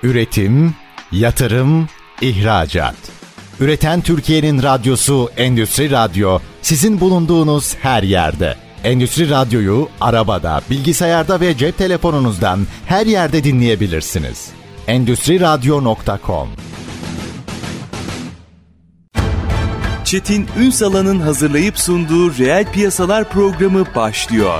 Üretim, yatırım, ihracat. Üreten Türkiye'nin radyosu Endüstri Radyo, sizin bulunduğunuz her yerde. Endüstri Radyo'yu arabada, bilgisayarda ve cep telefonunuzdan her yerde dinleyebilirsiniz. Endüstriradyo.com. Çetin Ünsal'ın hazırlayıp sunduğu Reel Piyasalar programı başlıyor.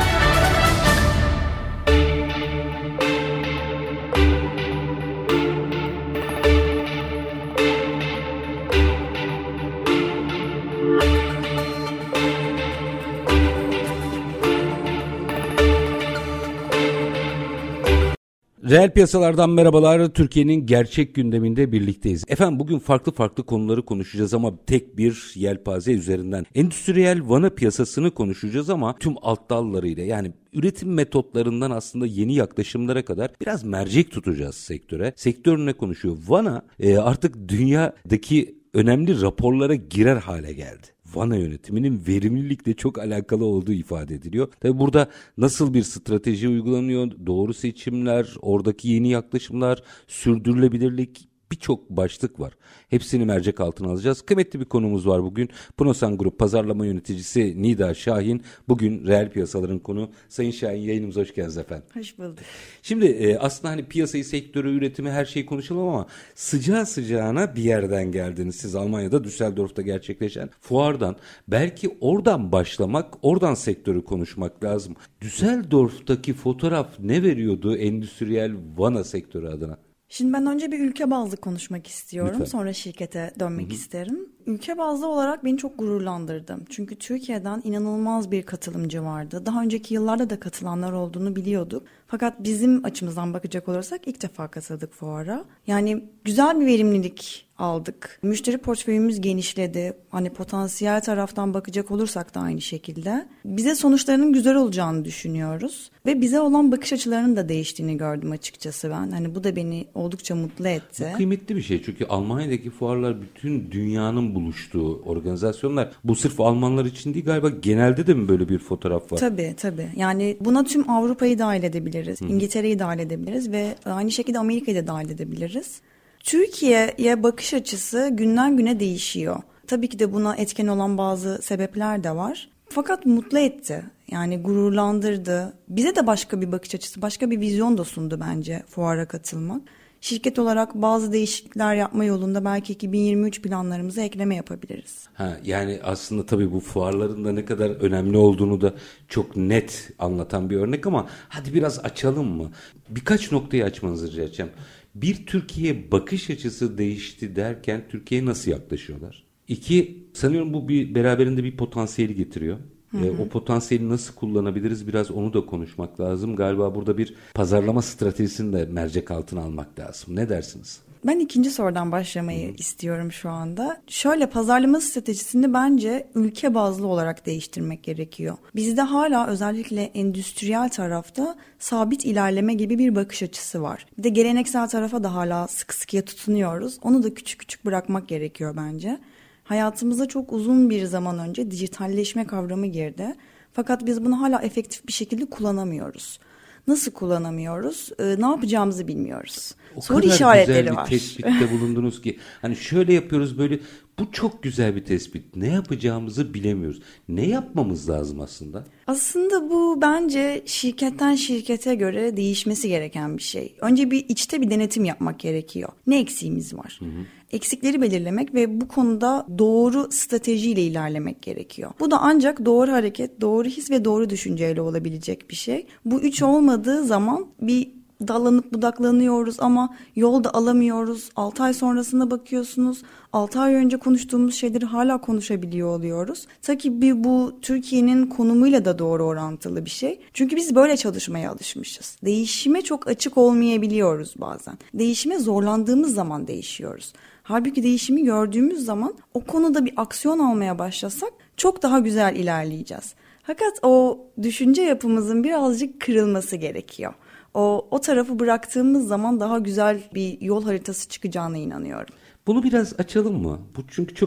Reel piyasalardan merhabalar. Türkiye'nin gerçek gündeminde birlikteyiz. Efendim bugün farklı konuları konuşacağız ama tek bir yelpaze üzerinden. Endüstriyel vana piyasasını konuşacağız ama tüm alt dallarıyla, yani üretim metotlarından aslında yeni yaklaşımlara kadar biraz mercek tutacağız sektöre. Sektör ne konuşuyor? Vana artık dünyadaki önemli raporlara girer hale geldi. Vana yönetiminin verimlilikle çok alakalı olduğu ifade ediliyor. Tabii burada nasıl bir strateji uygulanıyor, doğru seçimler, oradaki yeni yaklaşımlar, sürdürülebilirlik, birçok başlık var. Hepsini mercek altına alacağız. Kıymetli bir konumuz var bugün. Punosan Grup Pazarlama Yöneticisi Nida Şahin. Bugün reel piyasaların konu. Sayın Şahin, yayınımıza hoş geldiniz efendim. Hoş bulduk. Şimdi aslında hani piyasayı, sektörü, üretimi, her şeyi konuşalım ama sıcağı sıcağına bir yerden geldiniz. Siz Almanya'da Düsseldorf'ta gerçekleşen fuardan. Belki oradan başlamak, oradan sektörü konuşmak lazım. Düsseldorf'taki fotoğraf ne veriyordu endüstriyel vana sektörü adına? Şimdi ben önce bir ülke bazlı konuşmak istiyorum. Lütfen. Sonra şirkete dönmek isterim. Ülke bazlı olarak beni çok gururlandırdı. Çünkü Türkiye'den inanılmaz bir katılımcı vardı. Daha önceki yıllarda da katılanlar olduğunu biliyorduk. Fakat bizim açımızdan bakacak olursak ilk defa katıldık fuara. Yani güzel bir verimlilik aldık. Müşteri portföyümüz genişledi. Hani potansiyel taraftan bakacak olursak da aynı şekilde. Bize sonuçlarının güzel olacağını düşünüyoruz. Ve bize olan bakış açılarının da değiştiğini gördüm açıkçası ben. Hani bu da beni oldukça mutlu etti. Bu kıymetli bir şey çünkü Almanya'daki fuarlar bütün dünyanın buluştuğu organizasyonlar. Bu sırf Almanlar için değil galiba, genelde de mi böyle bir fotoğraf var? Tabii. Yani buna tüm Avrupa'yı dahil edebiliriz. İngiltere'yi dahil edebiliriz ve aynı şekilde Amerika'yı da dahil edebiliriz. Türkiye'ye bakış açısı günden güne değişiyor. Tabii ki de buna etken olan bazı sebepler de var. Fakat mutlu etti. Yani gururlandırdı. Bize de başka bir bakış açısı, başka bir vizyon da sundu bence fuara katılmak. Şirket olarak bazı değişiklikler yapma yolunda belki 2023 planlarımıza ekleme yapabiliriz. Yani aslında tabii bu fuarların da ne kadar önemli olduğunu da çok net anlatan bir örnek ama hadi biraz açalım mı? Birkaç noktayı açmanızı rica edeceğim. Bir, Türkiye bakış açısı değişti derken Türkiye'ye nasıl yaklaşıyorlar? İki, sanıyorum bu bir beraberinde bir potansiyeli getiriyor. O potansiyeli nasıl kullanabiliriz, biraz onu da konuşmak lazım. Galiba burada bir pazarlama stratejisini de mercek altına almak lazım. Ne dersiniz? Ben ikinci sorudan başlamayı istiyorum şu anda. Şöyle, pazarlama stratejisini bence ülke bazlı olarak değiştirmek gerekiyor. Bizde hala özellikle endüstriyel tarafta sabit ilerleme gibi bir bakış açısı var. Bir de geleneksel tarafa da hala sıkı sıkıya tutunuyoruz. Onu da küçük küçük bırakmak gerekiyor bence. Hayatımıza çok uzun bir zaman önce dijitalleşme kavramı girdi. Fakat biz bunu hala efektif bir şekilde kullanamıyoruz. Nasıl kullanamıyoruz? Ne yapacağımızı bilmiyoruz. Soru işaretleri var. O kadar güzel bir tespitte bulundunuz ki hani şöyle yapıyoruz, böyle, bu çok güzel bir tespit. Ne yapacağımızı bilemiyoruz. Ne yapmamız lazım aslında? Aslında bu bence şirketten şirkete göre değişmesi gereken bir şey. Önce bir içte bir denetim yapmak gerekiyor. Ne eksiğimiz var? Eksikleri belirlemek ve bu konuda doğru stratejiyle ilerlemek gerekiyor. Bu da ancak doğru hareket, doğru his ve doğru düşünceyle olabilecek bir şey. Bu üç olmadığı zaman bir dallanıp budaklanıyoruz ama yol da alamıyoruz. 6 ay sonrasına bakıyorsunuz. 6 ay önce konuştuğumuz şeyleri hala konuşabiliyor oluyoruz. Tabii bu Türkiye'nin konumuyla da doğru orantılı bir şey. Çünkü biz böyle çalışmaya alışmışız. Değişime çok açık olmayabiliyoruz bazen. Değişime zorlandığımız zaman değişiyoruz. Halbuki değişimi gördüğümüz zaman o konuda bir aksiyon almaya başlasak çok daha güzel ilerleyeceğiz. Fakat o düşünce yapımızın birazcık kırılması gerekiyor. O tarafı bıraktığımız zaman daha güzel bir yol haritası çıkacağına inanıyorum. Bunu biraz açalım mı? Bu çünkü çok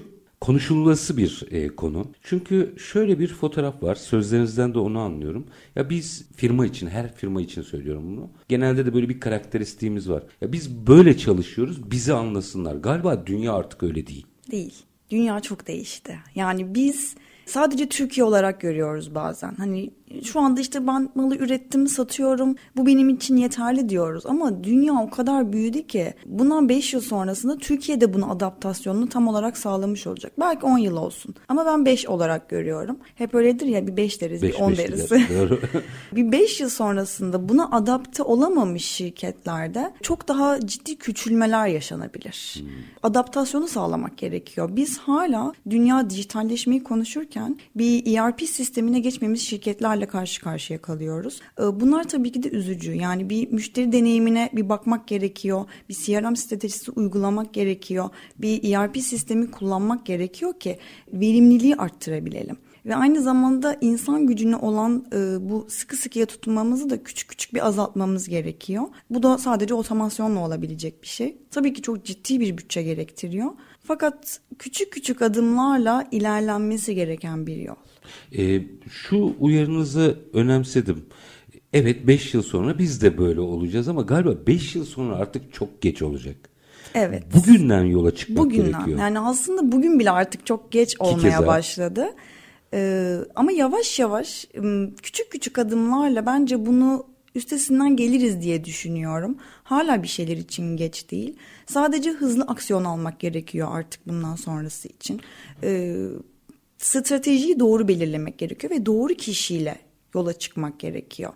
konuşulması bir konu. Çünkü şöyle bir fotoğraf var. Sözlerinizden de onu anlıyorum. Ya biz firma için, her firma için söylüyorum bunu. Genelde de böyle bir karakteristiğimiz var. Ya biz böyle çalışıyoruz, bizi anlasınlar. Galiba dünya artık öyle değil. Değil. Dünya çok değişti. Yani biz sadece Türkiye olarak görüyoruz bazen. Hani şu anda işte ben malı ürettim, satıyorum. Bu benim için yeterli diyoruz. Ama dünya o kadar büyüdü ki bundan 5 yıl sonrasında Türkiye'de bunun adaptasyonunu tam olarak sağlamış olacak. Belki 10 yıl olsun. Ama ben 5 olarak görüyorum. Hep öyledir ya, bir 5 deriz, bir 10 deriz. Bir 5 yıl sonrasında buna adapte olamamış şirketlerde çok daha ciddi küçülmeler yaşanabilir. Adaptasyonu sağlamak gerekiyor. Biz hala dünya dijitalleşmeyi konuşurken bir ERP sistemine geçmemiz şirketlerle karşı karşıya kalıyoruz. Bunlar tabii ki de üzücü. Yani bir müşteri deneyimine bir bakmak gerekiyor. Bir CRM stratejisi uygulamak gerekiyor. Bir ERP sistemi kullanmak gerekiyor ki verimliliği arttırabilelim. Ve aynı zamanda insan gücüne olan bu sıkı sıkıya tutunmamızı da küçük küçük bir azaltmamız gerekiyor. Bu da sadece otomasyonla olabilecek bir şey. Tabii ki çok ciddi bir bütçe gerektiriyor. Fakat küçük küçük adımlarla ilerlenmesi gereken bir yol. Şu uyarınızı önemsedim. Evet, 5 yıl sonra biz de böyle olacağız ama galiba 5 yıl sonra artık çok geç olacak. Evet. Bugünden yola çıkmak gerekiyor. Yani aslında bugün bile artık çok geç olmaya başladı. Ama yavaş yavaş küçük küçük adımlarla bence bunu üstesinden geliriz diye düşünüyorum. Hala bir şeyler için geç değil. Sadece hızlı aksiyon almak gerekiyor artık bundan sonrası için. Stratejiyi doğru belirlemek gerekiyor ve doğru kişiyle yola çıkmak gerekiyor.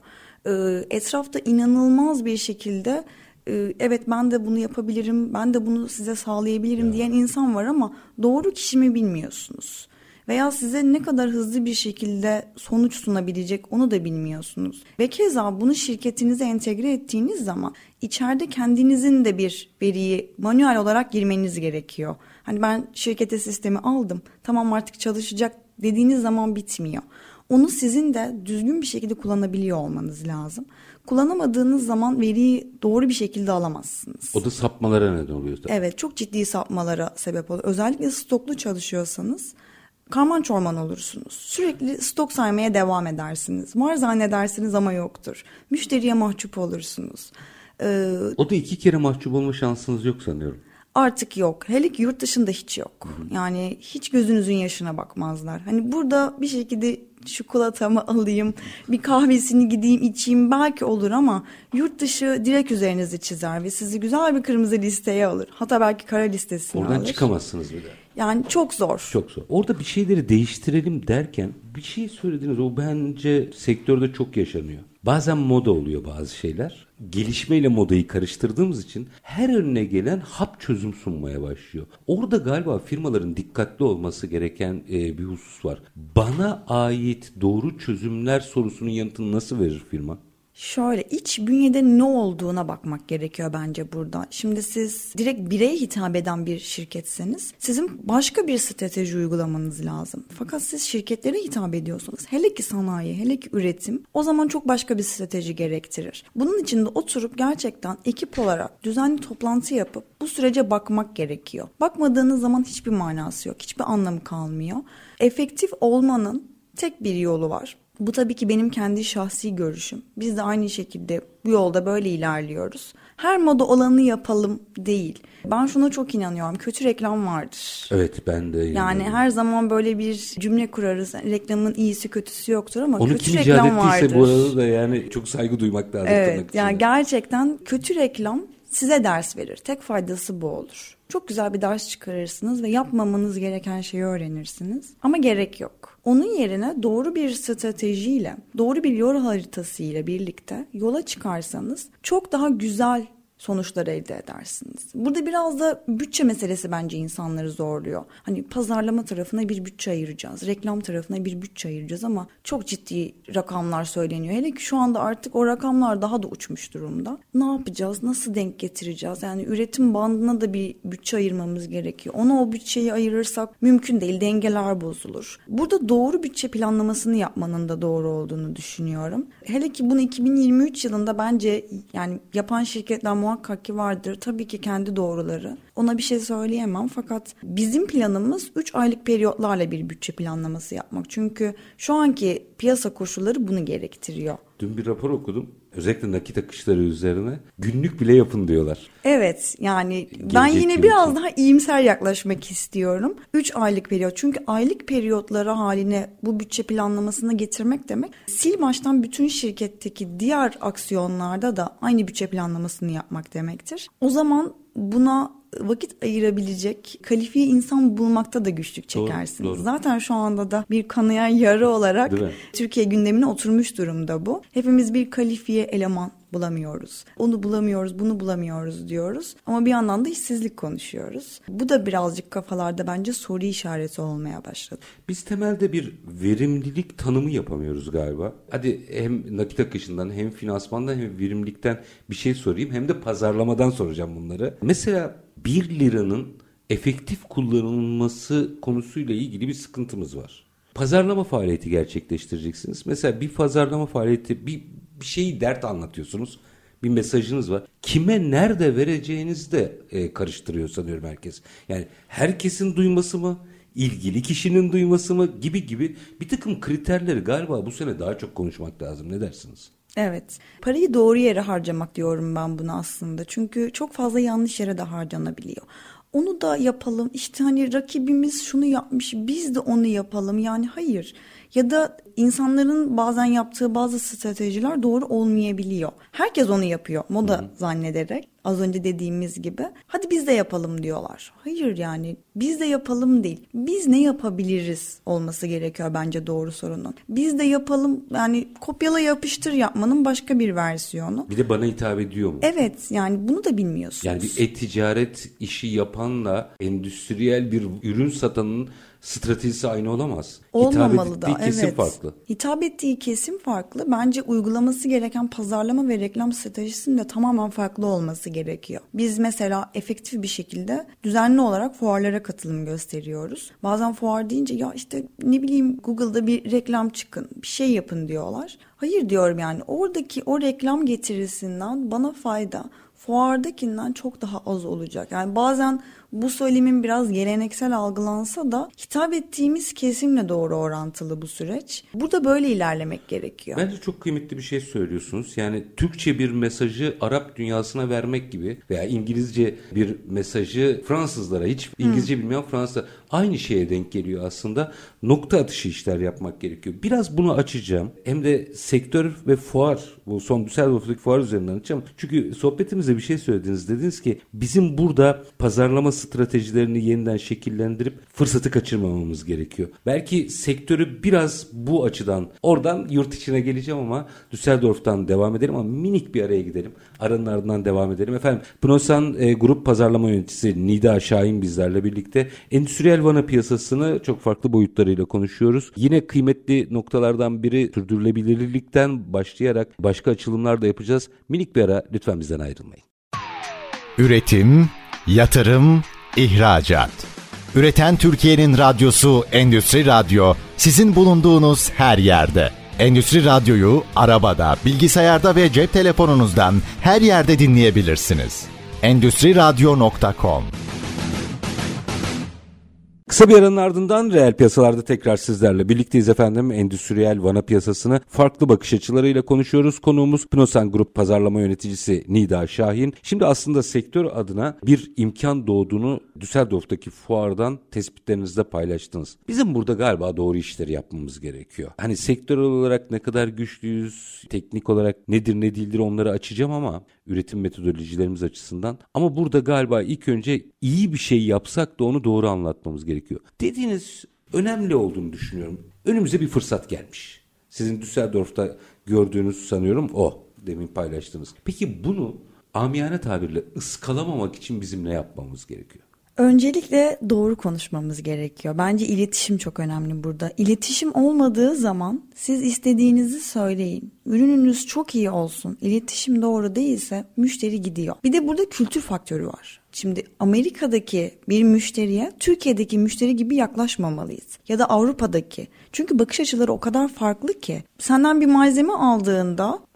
Etrafta inanılmaz bir şekilde evet ben de bunu yapabilirim, ben de bunu size sağlayabilirim diyen insan var ama doğru kişi mi bilmiyorsunuz. Veya size ne kadar hızlı bir şekilde sonuç sunabilecek onu da bilmiyorsunuz. Ve keza bunu şirketinize entegre ettiğiniz zaman içeride kendinizin de bir veriyi manuel olarak girmeniz gerekiyor. Hani ben şirkete sistemi aldım, tamam artık çalışacak dediğiniz zaman bitmiyor. Onu sizin de düzgün bir şekilde kullanabiliyor olmanız lazım. Kullanamadığınız zaman veriyi doğru bir şekilde alamazsınız. O da sapmalara neden oluyor. Evet, çok ciddi sapmalara sebep oluyor. Özellikle stoklu çalışıyorsanız karman çorman olursunuz. Sürekli stok saymaya devam edersiniz. Var zannedersiniz ama yoktur. Müşteriye mahcup olursunuz. O da 2 kere mahcup olma şansınız yok sanıyorum. Artık yok. Hele ki yurt dışında hiç yok. Yani hiç gözünüzün yaşına bakmazlar. Hani burada bir şekilde çikolatamı alayım, bir kahvesini gideyim içeyim belki olur ama yurt dışı direkt üzerinizi çizer ve sizi güzel bir kırmızı listeye alır. Hatta belki kara listesine alır. Oradan çıkamazsınız bir de. Yani çok zor. Çok zor. Orada bir şeyleri değiştirelim derken bir şey söylediniz. O bence sektörde çok yaşanıyor. Bazen moda oluyor bazı şeyler. Gelişmeyle modayı karıştırdığımız için her önüne gelen hap çözüm sunmaya başlıyor. Orada galiba firmaların dikkatli olması gereken bir husus var. Bana ait doğru çözümler sorusunun yanıtını nasıl verir firma? Şöyle iç bünyede ne olduğuna bakmak gerekiyor bence burada. Şimdi siz direkt bireye hitap eden bir şirketseniz sizin başka bir strateji uygulamanız lazım. Fakat siz şirketlere hitap ediyorsanız hele ki sanayi, hele ki üretim o zaman çok başka bir strateji gerektirir. Bunun için de oturup gerçekten ekip olarak düzenli toplantı yapıp bu sürece bakmak gerekiyor. Bakmadığınız zaman hiçbir manası yok, hiçbir anlamı kalmıyor. Efektif olmanın tek bir yolu var. Bu tabii ki benim kendi şahsi görüşüm. Biz de aynı şekilde bu yolda böyle ilerliyoruz. Her moda olanı yapalım değil. Ben şuna çok inanıyorum. Kötü reklam vardır. Evet, ben de inanıyorum. Yani her zaman böyle bir cümle kurarız. Reklamın iyisi kötüsü yoktur ama onu kötü reklam vardır. Onu kim icat ettiyse bu arada da yani çok saygı duymak lazım. Evet, yani gerçekten kötü reklam size ders verir. Tek faydası bu olur. Çok güzel bir ders çıkarırsınız ve yapmamanız gereken şeyi öğrenirsiniz. Ama gerek yok. Onun yerine doğru bir stratejiyle, doğru bir yol haritasıyla birlikte yola çıkarsanız çok daha güzel sonuçlar elde edersiniz. Burada biraz da bütçe meselesi bence insanları zorluyor. Hani pazarlama tarafına bir bütçe ayıracağız, reklam tarafına bir bütçe ayıracağız ama çok ciddi rakamlar söyleniyor. Hele ki şu anda artık o rakamlar daha da uçmuş durumda. Ne yapacağız? Nasıl denk getireceğiz? Yani üretim bandına da bir bütçe ayırmamız gerekiyor. Ona o bütçeyi ayırırsak mümkün değil, dengeler bozulur. Burada doğru bütçe planlamasını yapmanın da doğru olduğunu düşünüyorum. Hele ki bunu 2023 yılında bence yani yapan şirketler muhakkak ki vardır. Tabii ki kendi doğruları. Ona bir şey söyleyemem fakat bizim planımız 3 aylık periyotlarla bir bütçe planlaması yapmak. Çünkü şu anki piyasa koşulları bunu gerektiriyor. Dün bir rapor okudum. Özellikle nakit akışları üzerine günlük bile yapın diyorlar. Evet, yani ben yine biraz daha iyimser yaklaşmak istiyorum. 3 aylık periyot. Çünkü aylık periyotları haline bu bütçe planlamasını getirmek demek sil baştan bütün şirketteki diğer aksiyonlarda da aynı bütçe planlamasını yapmak demektir. O zaman buna vakit ayırabilecek kalifiye insan bulmakta da güçlük çekersiniz. Doğru. Zaten şu anda da bir kanayan yara olarak Türkiye gündemine oturmuş durumda bu. Hepimiz bir kalifiye eleman bulamıyoruz. Onu bulamıyoruz, bunu bulamıyoruz diyoruz. Ama bir yandan da işsizlik konuşuyoruz. Bu da birazcık kafalarda bence soru işareti olmaya başladı. Biz temelde bir verimlilik tanımı yapamıyoruz galiba. Hadi hem nakit akışından hem finansmandan hem verimlilikten bir şey sorayım hem de pazarlamadan soracağım bunları. Mesela 1 liranın efektif kullanılması konusuyla ilgili bir sıkıntımız var. Pazarlama faaliyeti gerçekleştireceksiniz. Mesela bir pazarlama faaliyeti bir şeyi dert anlatıyorsunuz. Bir mesajınız var. Kime nerede vereceğinizi de karıştırıyor sanıyorum herkes. Yani herkesin duyması mı? İlgili kişinin duyması mı? Gibi bir takım kriterleri galiba bu sene daha çok konuşmak lazım. Ne dersiniz? Evet. Parayı doğru yere harcamak diyorum ben buna aslında. Çünkü çok fazla yanlış yere de harcanabiliyor. Onu da yapalım. İşte hani rakibimiz şunu yapmış, biz de onu yapalım. Yani hayır. Ya da insanların bazen yaptığı bazı stratejiler doğru olmayabiliyor. Herkes onu yapıyor moda zannederek. Az önce dediğimiz gibi. Hadi biz de yapalım diyorlar. Hayır, yani biz de yapalım değil. Biz ne yapabiliriz olması gerekiyor bence doğru sorunun. Biz de yapalım, yani kopyala yapıştır yapmanın başka bir versiyonu. Bir de bana hitap ediyor mu? Evet, yani bunu da bilmiyorsunuz. Yani bir e-ticaret işi yapanla endüstriyel bir ürün satanın stratejisi aynı olamaz. Olmamalı da. Hitap ettiği kesim farklı. Hitap ettiği kesim farklı. Bence uygulaması gereken pazarlama ve reklam stratejisinin de tamamen farklı olması gerekiyor. Biz mesela efektif bir şekilde düzenli olarak fuarlara katılım gösteriyoruz. Bazen fuar deyince ya işte ne bileyim Google'da bir reklam çıkın, bir şey yapın diyorlar. Hayır diyorum, yani oradaki o reklam getirisinden bana fayda fuardakinden çok daha az olacak. Yani bazen bu söylemin biraz geleneksel algılansa da hitap ettiğimiz kesimle doğru orantılı bu süreç. Burada böyle ilerlemek gerekiyor. Bence çok kıymetli bir şey söylüyorsunuz. Yani Türkçe bir mesajı Arap dünyasına vermek gibi veya İngilizce bir mesajı Fransızlara, hiç İngilizce bilmeyen Fransızlar, aynı şeye denk geliyor aslında. Nokta atışı işler yapmak gerekiyor. Biraz bunu açacağım. Hem de sektör ve fuar, bu son Düsseldorf'taki fuar üzerinden açacağım. Çünkü sohbetimizde bir şey söylediniz. Dediniz ki bizim burada pazarlama stratejilerini yeniden şekillendirip fırsatı kaçırmamamız gerekiyor. Belki sektörü biraz bu açıdan, oradan yurt içine geleceğim ama Düsseldorf'tan devam edelim ama minik bir araya gidelim. Aranın ardından devam edelim. Efendim, Pnosan Grup Pazarlama Yöneticisi Nida Şahin bizlerle birlikte. Endüstriyel vana piyasasını çok farklı boyutlarıyla konuşuyoruz. Yine kıymetli noktalardan biri sürdürülebilirlikten başlayarak başka açılımlar da yapacağız. Minik bir ara, lütfen bizden ayrılmayın. Üretim, yatırım, ihracat. Üreten Türkiye'nin radyosu Endüstri Radyo, sizin bulunduğunuz her yerde. Endüstri Radyo'yu arabada, bilgisayarda ve cep telefonunuzdan her yerde dinleyebilirsiniz. Endüstriradyo.com. Kısa bir aranın ardından reel piyasalarda tekrar sizlerle birlikteyiz efendim. Endüstriyel vana piyasasını farklı bakış açılarıyla konuşuyoruz. Konuğumuz Pnosan Grup Pazarlama Yöneticisi Nida Şahin. Şimdi aslında sektör adına bir imkan doğduğunu Düsseldorf'taki fuardan tespitlerinizde paylaştınız. Bizim burada galiba doğru işleri yapmamız gerekiyor. Hani sektör olarak ne kadar güçlüyüz, teknik olarak nedir ne değildir onları açacağım ama üretim metodolojilerimiz açısından. Ama burada galiba ilk önce iyi bir şey yapsak da onu doğru anlatmamız gerekiyor. Dediğiniz önemli olduğunu düşünüyorum. Önümüze bir fırsat gelmiş. Sizin Düsseldorf'ta gördüğünüz sanıyorum o. Demin paylaştınız. Peki bunu amiyane tabirle ıskalamamak için bizim ne yapmamız gerekiyor? Öncelikle doğru konuşmamız gerekiyor. Bence iletişim çok önemli burada. İletişim olmadığı zaman siz istediğinizi söyleyin. Ürününüz çok iyi olsun. İletişim doğru değilse müşteri gidiyor. Bir de burada kültür faktörü var. Şimdi Amerika'daki bir müşteriye Türkiye'deki müşteri gibi yaklaşmamalıyız. Ya da Avrupa'daki. Çünkü bakış açıları o kadar farklı ki. Senden bir malzeme aldığında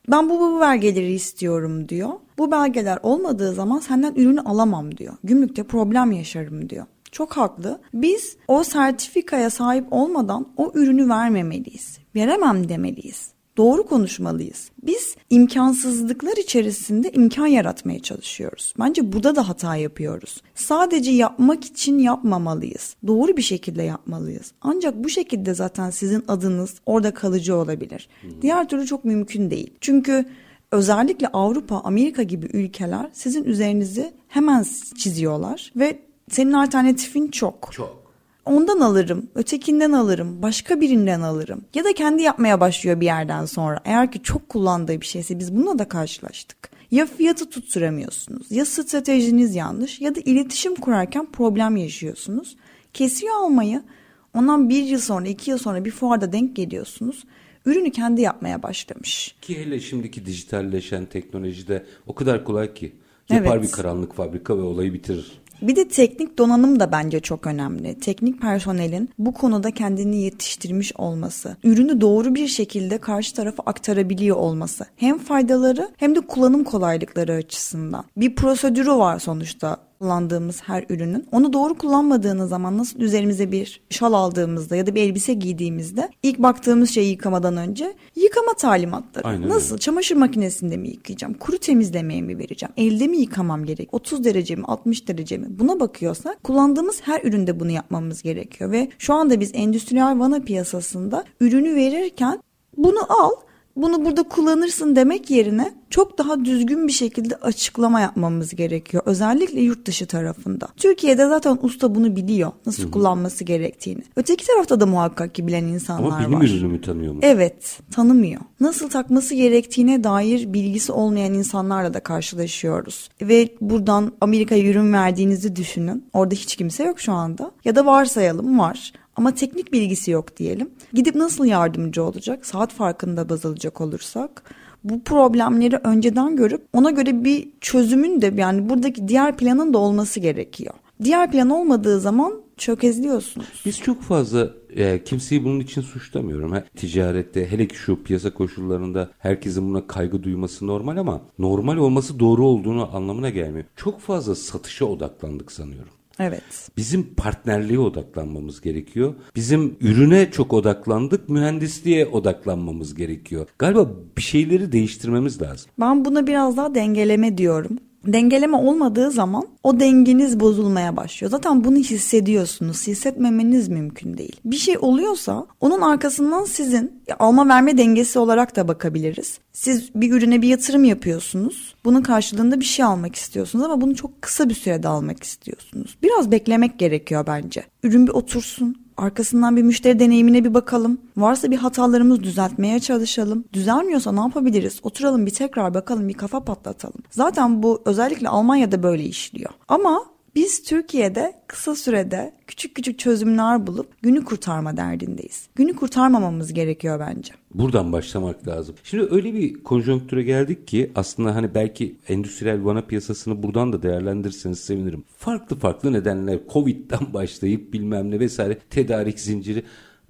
Ben bu belgeleri istiyorum diyor. Bu belgeler olmadığı zaman senden ürünü alamam diyor. Gümrükte problem yaşarım diyor. Çok haklı. Biz o sertifikaya sahip olmadan o ürünü vermemeliyiz. Veremem demeliyiz. Doğru konuşmalıyız. Biz imkansızlıklar içerisinde imkan yaratmaya çalışıyoruz. Bence burada da hata yapıyoruz. Sadece yapmak için yapmamalıyız. Doğru bir şekilde yapmalıyız. Ancak bu şekilde zaten sizin adınız orada kalıcı olabilir. Diğer türlü çok mümkün değil. Çünkü özellikle Avrupa, Amerika gibi ülkeler sizin üzerinizi hemen çiziyorlar ve senin alternatifin çok. Ondan alırım, ötekinden alırım, başka birinden alırım. Ya da kendi yapmaya başlıyor bir yerden sonra. Eğer ki çok kullandığı bir şeyse, biz bununla da karşılaştık. Ya fiyatı tutturamıyorsunuz, ya stratejiniz yanlış, ya da iletişim kurarken problem yaşıyorsunuz. Kesiyor almayı, ondan 1 yıl sonra, 2 yıl sonra bir fuarda denk geliyorsunuz. Ürünü kendi yapmaya başlamış. Ki hele şimdiki dijitalleşen teknolojide o kadar kolay ki. Yapar bir karanlık fabrika ve olayı bitirir. Bir de teknik donanım da bence çok önemli. Teknik personelin bu konuda kendini yetiştirmiş olması, ürünü doğru bir şekilde karşı tarafa aktarabiliyor olması. Hem faydaları hem de kullanım kolaylıkları açısından. Bir prosedürü var sonuçta kullandığımız her ürünün. Onu doğru kullanmadığınız zaman, nasıl üzerimize bir şal aldığımızda ya da bir elbise giydiğimizde ilk baktığımız şeyi yıkamadan önce yıkama talimatları. Aynen nasıl? Öyle. Çamaşır makinesinde mi yıkayacağım? Kuru temizlemeye mi vereceğim? Elde mi yıkamam gerek? 30 derece mi? 60 derece mi? Buna bakıyorsak kullandığımız her üründe bunu yapmamız gerekiyor ve şu anda biz endüstriyel vana piyasasında ürünü verirken bunu al, bunu burada kullanırsın demek yerine çok daha düzgün bir şekilde açıklama yapmamız gerekiyor. Özellikle yurt dışı tarafında. Türkiye'de zaten usta bunu biliyor. Nasıl kullanması gerektiğini. Öteki tarafta da muhakkak ki bilen insanlar var. Ama benim ürünümü tanıyor mu? Evet, tanımıyor. Nasıl takması gerektiğine dair bilgisi olmayan insanlarla da karşılaşıyoruz. Ve buradan Amerika'ya ürün verdiğinizi düşünün. Orada hiç kimse yok şu anda. Ya da varsayalım var. Ama teknik bilgisi yok diyelim. Gidip nasıl yardımcı olacak? Saat farkında baz alacak olursak bu problemleri önceden görüp ona göre bir çözümün de, yani buradaki diğer planın da olması gerekiyor. Diğer plan olmadığı zaman çökezliyorsunuz. Biz çok fazla kimseyi bunun için suçlamıyorum. Ticarette, hele ki şu piyasa koşullarında herkesin buna kaygı duyması normal ama normal olması doğru olduğunu anlamına gelmiyor. Çok fazla satışa odaklandık sanıyorum. Evet. Bizim partnerliğe odaklanmamız gerekiyor. Bizim ürüne çok odaklandık, mühendisliğe odaklanmamız gerekiyor. Galiba bir şeyleri değiştirmemiz lazım. Ben buna biraz daha dengeleme diyorum. Dengeleme olmadığı zaman o dengeniz bozulmaya başlıyor. Zaten bunu hissediyorsunuz. Hissetmemeniz mümkün değil. Bir şey oluyorsa onun arkasından sizin alma verme dengesi olarak da bakabiliriz. Siz bir ürüne bir yatırım yapıyorsunuz. Bunun karşılığında bir şey almak istiyorsunuz ama bunu çok kısa bir sürede almak istiyorsunuz. Biraz beklemek gerekiyor bence. Ürün bir otursun. Arkasından bir müşteri deneyimine bir bakalım. Varsa bir hatalarımızı düzeltmeye çalışalım. Düzelmiyorsa ne yapabiliriz? Oturalım bir tekrar bakalım, bir kafa patlatalım. Zaten bu özellikle Almanya'da böyle işliyor. Ama biz Türkiye'de kısa sürede küçük küçük çözümler bulup günü kurtarma derdindeyiz. Günü kurtarmamamız gerekiyor bence. Buradan başlamak lazım. Şimdi öyle bir konjonktüre geldik ki aslında hani belki endüstriyel vana piyasasını buradan da değerlendirirseniz sevinirim. Farklı nedenler, Covid'den başlayıp bilmem ne vesaire, tedarik zinciri.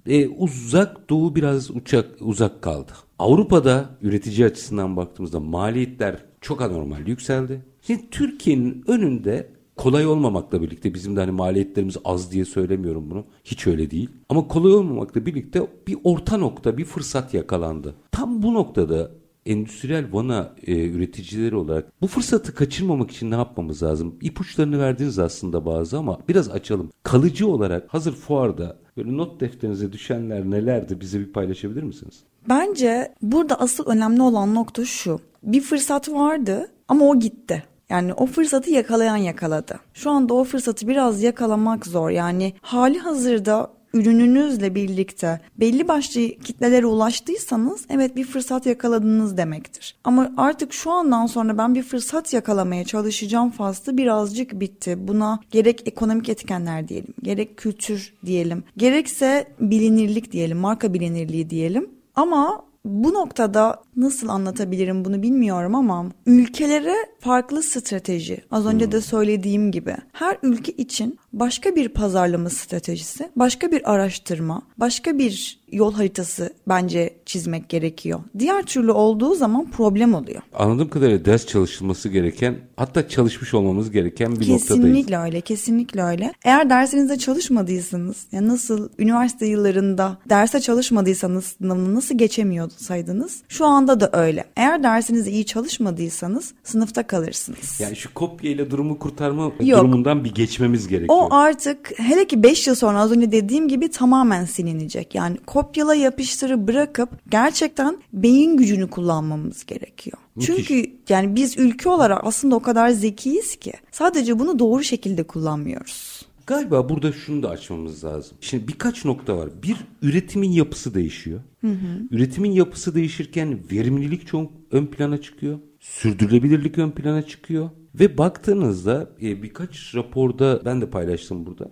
Uzak doğu biraz uzak kaldı. Avrupa'da üretici açısından baktığımızda maliyetler çok anormal yükseldi. Şimdi Türkiye'nin önünde, kolay olmamakla birlikte, bizim de hani maliyetlerimiz az diye söylemiyorum bunu. Hiç öyle değil. Ama kolay olmamakla birlikte bir orta nokta, bir fırsat yakalandı. Tam bu noktada endüstriyel vana üreticileri olarak bu fırsatı kaçırmamak için ne yapmamız lazım? İpuçlarını verdiniz aslında bazı ama biraz açalım. Kalıcı olarak hazır fuarda böyle not defterinize düşenler nelerdi, bize bir paylaşabilir misiniz? Bence burada asıl önemli olan nokta şu. Bir fırsat vardı ama o gitti. Yani o fırsatı yakalayan yakaladı. Şu anda o fırsatı biraz yakalamak zor. Yani hali hazırda ürününüzle birlikte belli başlı kitlelere ulaştıysanız evet bir fırsat yakaladınız demektir. Ama artık şu andan sonra ben bir fırsat yakalamaya çalışacağım faslı birazcık bitti. Buna gerek ekonomik etkenler diyelim, gerek kültür diyelim, gerekse bilinirlik diyelim, marka bilinirliği diyelim. Ama bu noktada nasıl anlatabilirim bunu bilmiyorum ama ülkelere farklı strateji. Az önce de söylediğim gibi her ülke için başka bir pazarlama stratejisi, başka bir araştırma, başka bir yol haritası bence çizmek gerekiyor. Diğer türlü olduğu zaman problem oluyor. Anladığım kadarıyla ders çalışılması gereken, hatta çalışmış olmamız gereken bir noktadayız. Kesinlikle öyle, kesinlikle öyle. Eğer dersinizde çalışmadıysanız, yani nasıl üniversite yıllarında derse çalışmadıysanız sınavını nasıl geçemiyorsaydınız, şu anda da öyle. Eğer dersinizde iyi çalışmadıysanız sınıfta kalırsınız. Yani şu kopyayla durumu kurtarma durumundan bir geçmemiz gerekiyor. O artık hele ki 5 yıl sonra az önce dediğim gibi tamamen silinecek. Yani kopyala yapıştırı bırakıp gerçekten beyin gücünü kullanmamız gerekiyor. Müthiş. Çünkü yani biz ülke olarak aslında o kadar zekiyiz ki sadece bunu doğru şekilde kullanmıyoruz. Galiba burada şunu da açmamız lazım. Şimdi birkaç nokta var. Bir, üretimin yapısı değişiyor. Üretimin yapısı değişirken verimlilik çok ön plana çıkıyor. Sürdürülebilirlik ön plana çıkıyor. Ve baktığınızda birkaç raporda ben de paylaştım burada.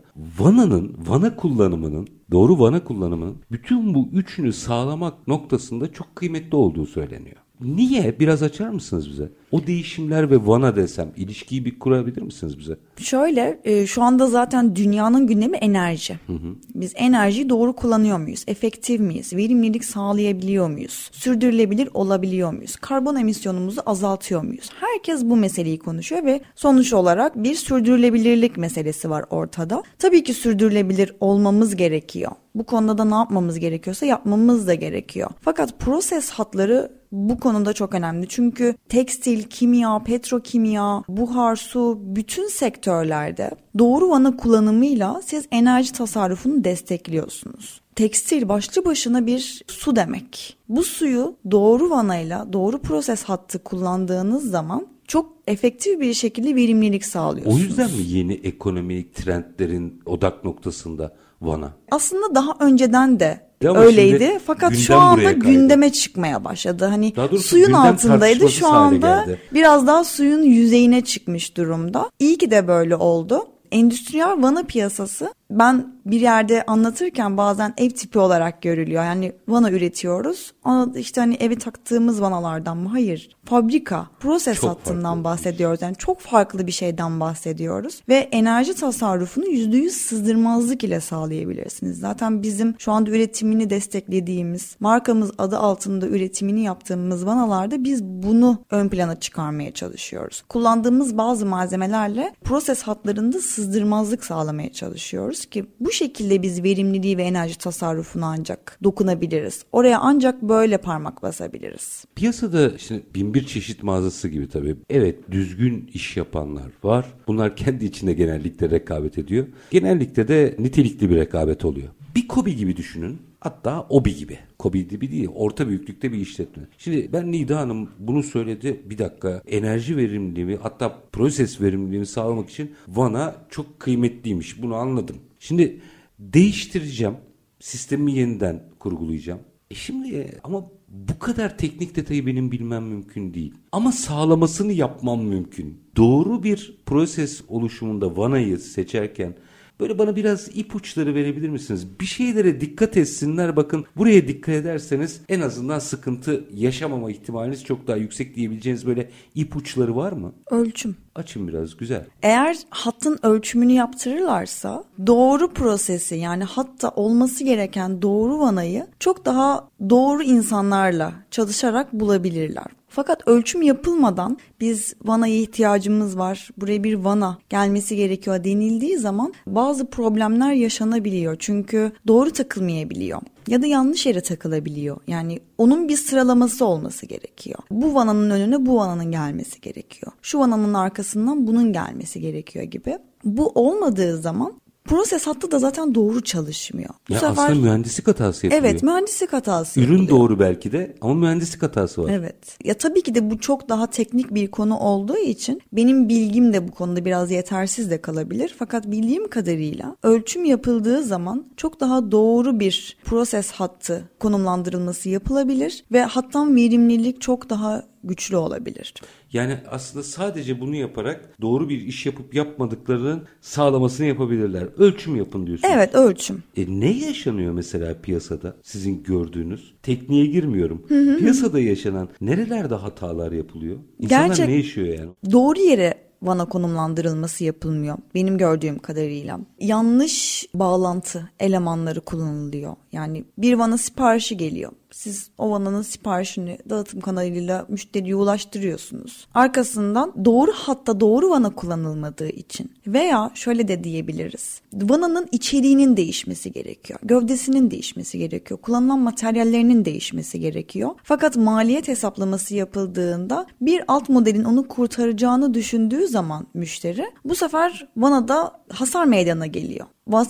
Vana kullanımının, doğru vana kullanımının bütün bu üçünü sağlamak noktasında çok kıymetli olduğu söyleniyor. Niye? Biraz açar mısınız bize? O değişimler ve vana desem ilişkiyi bir kurabilir misiniz bize? Şöyle, şu anda zaten dünyanın gündemi enerji. Biz enerjiyi doğru kullanıyor muyuz? Efektif miyiz? Verimlilik sağlayabiliyor muyuz? Sürdürülebilir olabiliyor muyuz? Karbon emisyonumuzu azaltıyor muyuz? Herkes bu meseleyi konuşuyor ve sonuç olarak bir sürdürülebilirlik meselesi var ortada. Tabii ki sürdürülebilir olmamız gerekiyor. Bu konuda da ne yapmamız gerekiyorsa yapmamız da gerekiyor. Fakat proses hatları bu konuda çok önemli. Çünkü tekstil, kimya, petrokimya, buhar, su, bütün sektörlerde doğru vana kullanımıyla siz enerji tasarrufunu destekliyorsunuz. Tekstil başlı başına bir su demek. Bu suyu doğru vanayla, doğru proses hattı kullandığınız zaman çok efektif bir şekilde verimlilik sağlıyorsunuz. O yüzden mi yeni ekonomik trendlerin odak noktasında vana? Aslında daha önceden de ama öyleydi. Fakat şu anda gündeme çıkmaya başladı. Hani suyun altındaydı, şu anda biraz daha suyun yüzeyine çıkmış durumda. İyi ki de böyle oldu. Endüstriyel vana piyasası, ben bir yerde anlatırken bazen ev tipi olarak görülüyor. Yani vana üretiyoruz. Ama işte hani eve taktığımız vanalardan mı? Hayır. Fabrika, proses çok hattından bahsediyoruz. Yani çok farklı bir şeyden bahsediyoruz. Ve enerji tasarrufunu %100 sızdırmazlık ile sağlayabilirsiniz. Zaten bizim şu anda üretimini desteklediğimiz, markamız adı altında üretimini yaptığımız vanalarda biz bunu ön plana çıkarmaya çalışıyoruz. Kullandığımız bazı malzemelerle proses hatlarında sızdırmazlık sağlamaya çalışıyoruz ki bu şekilde biz verimliliği ve enerji tasarrufuna ancak dokunabiliriz. Oraya ancak böyle parmak basabiliriz. Piyasada işte binbir çeşit mağazası gibi tabii. Evet, düzgün iş yapanlar var. Bunlar kendi içinde genellikle rekabet ediyor. Genellikle de nitelikli bir rekabet oluyor. Bir KOBİ gibi düşünün. Hatta OBİ gibi. KOBİ gibi değil, orta büyüklükte bir işletme. Şimdi ben Nida Hanım bunu söyledi. Bir dakika, enerji verimliliği hatta proses verimliliğini sağlamak için vana çok kıymetliymiş. Bunu anladım. Şimdi değiştireceğim. Sistemi yeniden kurgulayacağım. Şimdi ama bu kadar teknik detayı benim bilmem mümkün değil. Ama sağlamasını yapmam mümkün. Doğru bir proses oluşumunda vanayı seçerken böyle bana biraz ipuçları verebilir misiniz? Bir şeylere dikkat etsinler. Bakın, buraya dikkat ederseniz en azından sıkıntı yaşamama ihtimaliniz çok daha yüksek diyebileceğiniz böyle ipuçları var mı? Ölçüm. Açın biraz, güzel. Eğer hattın ölçümünü yaptırırlarsa doğru prosesi, yani hatta olması gereken doğru vanayı çok daha doğru insanlarla çalışarak bulabilirler. Fakat ölçüm yapılmadan biz vanaya ihtiyacımız var, buraya bir vana gelmesi gerekiyor denildiği zaman bazı problemler yaşanabiliyor. Çünkü doğru takılmayabiliyor ya da yanlış yere takılabiliyor. Yani onun bir sıralaması olması gerekiyor. Bu vananın önüne bu vananın gelmesi gerekiyor. Şu vananın arkasından bunun gelmesi gerekiyor gibi. Bu olmadığı zaman proses hattı da zaten doğru çalışmıyor. Bu sefer, aslında mühendislik hatası yapılıyor. Evet, mühendislik hatası Ürün yapılıyor. doğru belki de ama mühendislik hatası var. Evet. Ya tabii ki de bu çok daha teknik bir konu olduğu için benim bilgim de bu konuda biraz yetersiz de kalabilir. Fakat bildiğim kadarıyla ölçüm yapıldığı zaman çok daha doğru bir proses hattı konumlandırılması yapılabilir ve hattan verimlilik çok daha güçlü olabilir. Yani aslında sadece bunu yaparak doğru bir iş yapıp yapmadıklarının sağlamasını yapabilirler. Ölçüm yapın diyorsunuz. Evet, ölçüm. Ne yaşanıyor mesela piyasada sizin gördüğünüz? Tekniğe girmiyorum. Piyasada yaşanan nerelerde hatalar yapılıyor? İnsanlar ne yaşıyor yani? Doğru yere vana konumlandırılması yapılmıyor benim gördüğüm kadarıyla. Yanlış bağlantı elemanları kullanılıyor. Yani bir vana siparişi geliyor. Siz o vananın siparişini dağıtım kanalıyla müşteriye ulaştırıyorsunuz. Arkasından doğru hatta doğru vana kullanılmadığı için veya şöyle de diyebiliriz. Vananın içeriğinin değişmesi gerekiyor. Gövdesinin değişmesi gerekiyor. Kullanılan materyallerinin değişmesi gerekiyor. Fakat maliyet hesaplaması yapıldığında bir alt modelin onu kurtaracağını düşündüğü zaman müşteri bu sefer vanada hasar meydana geliyor.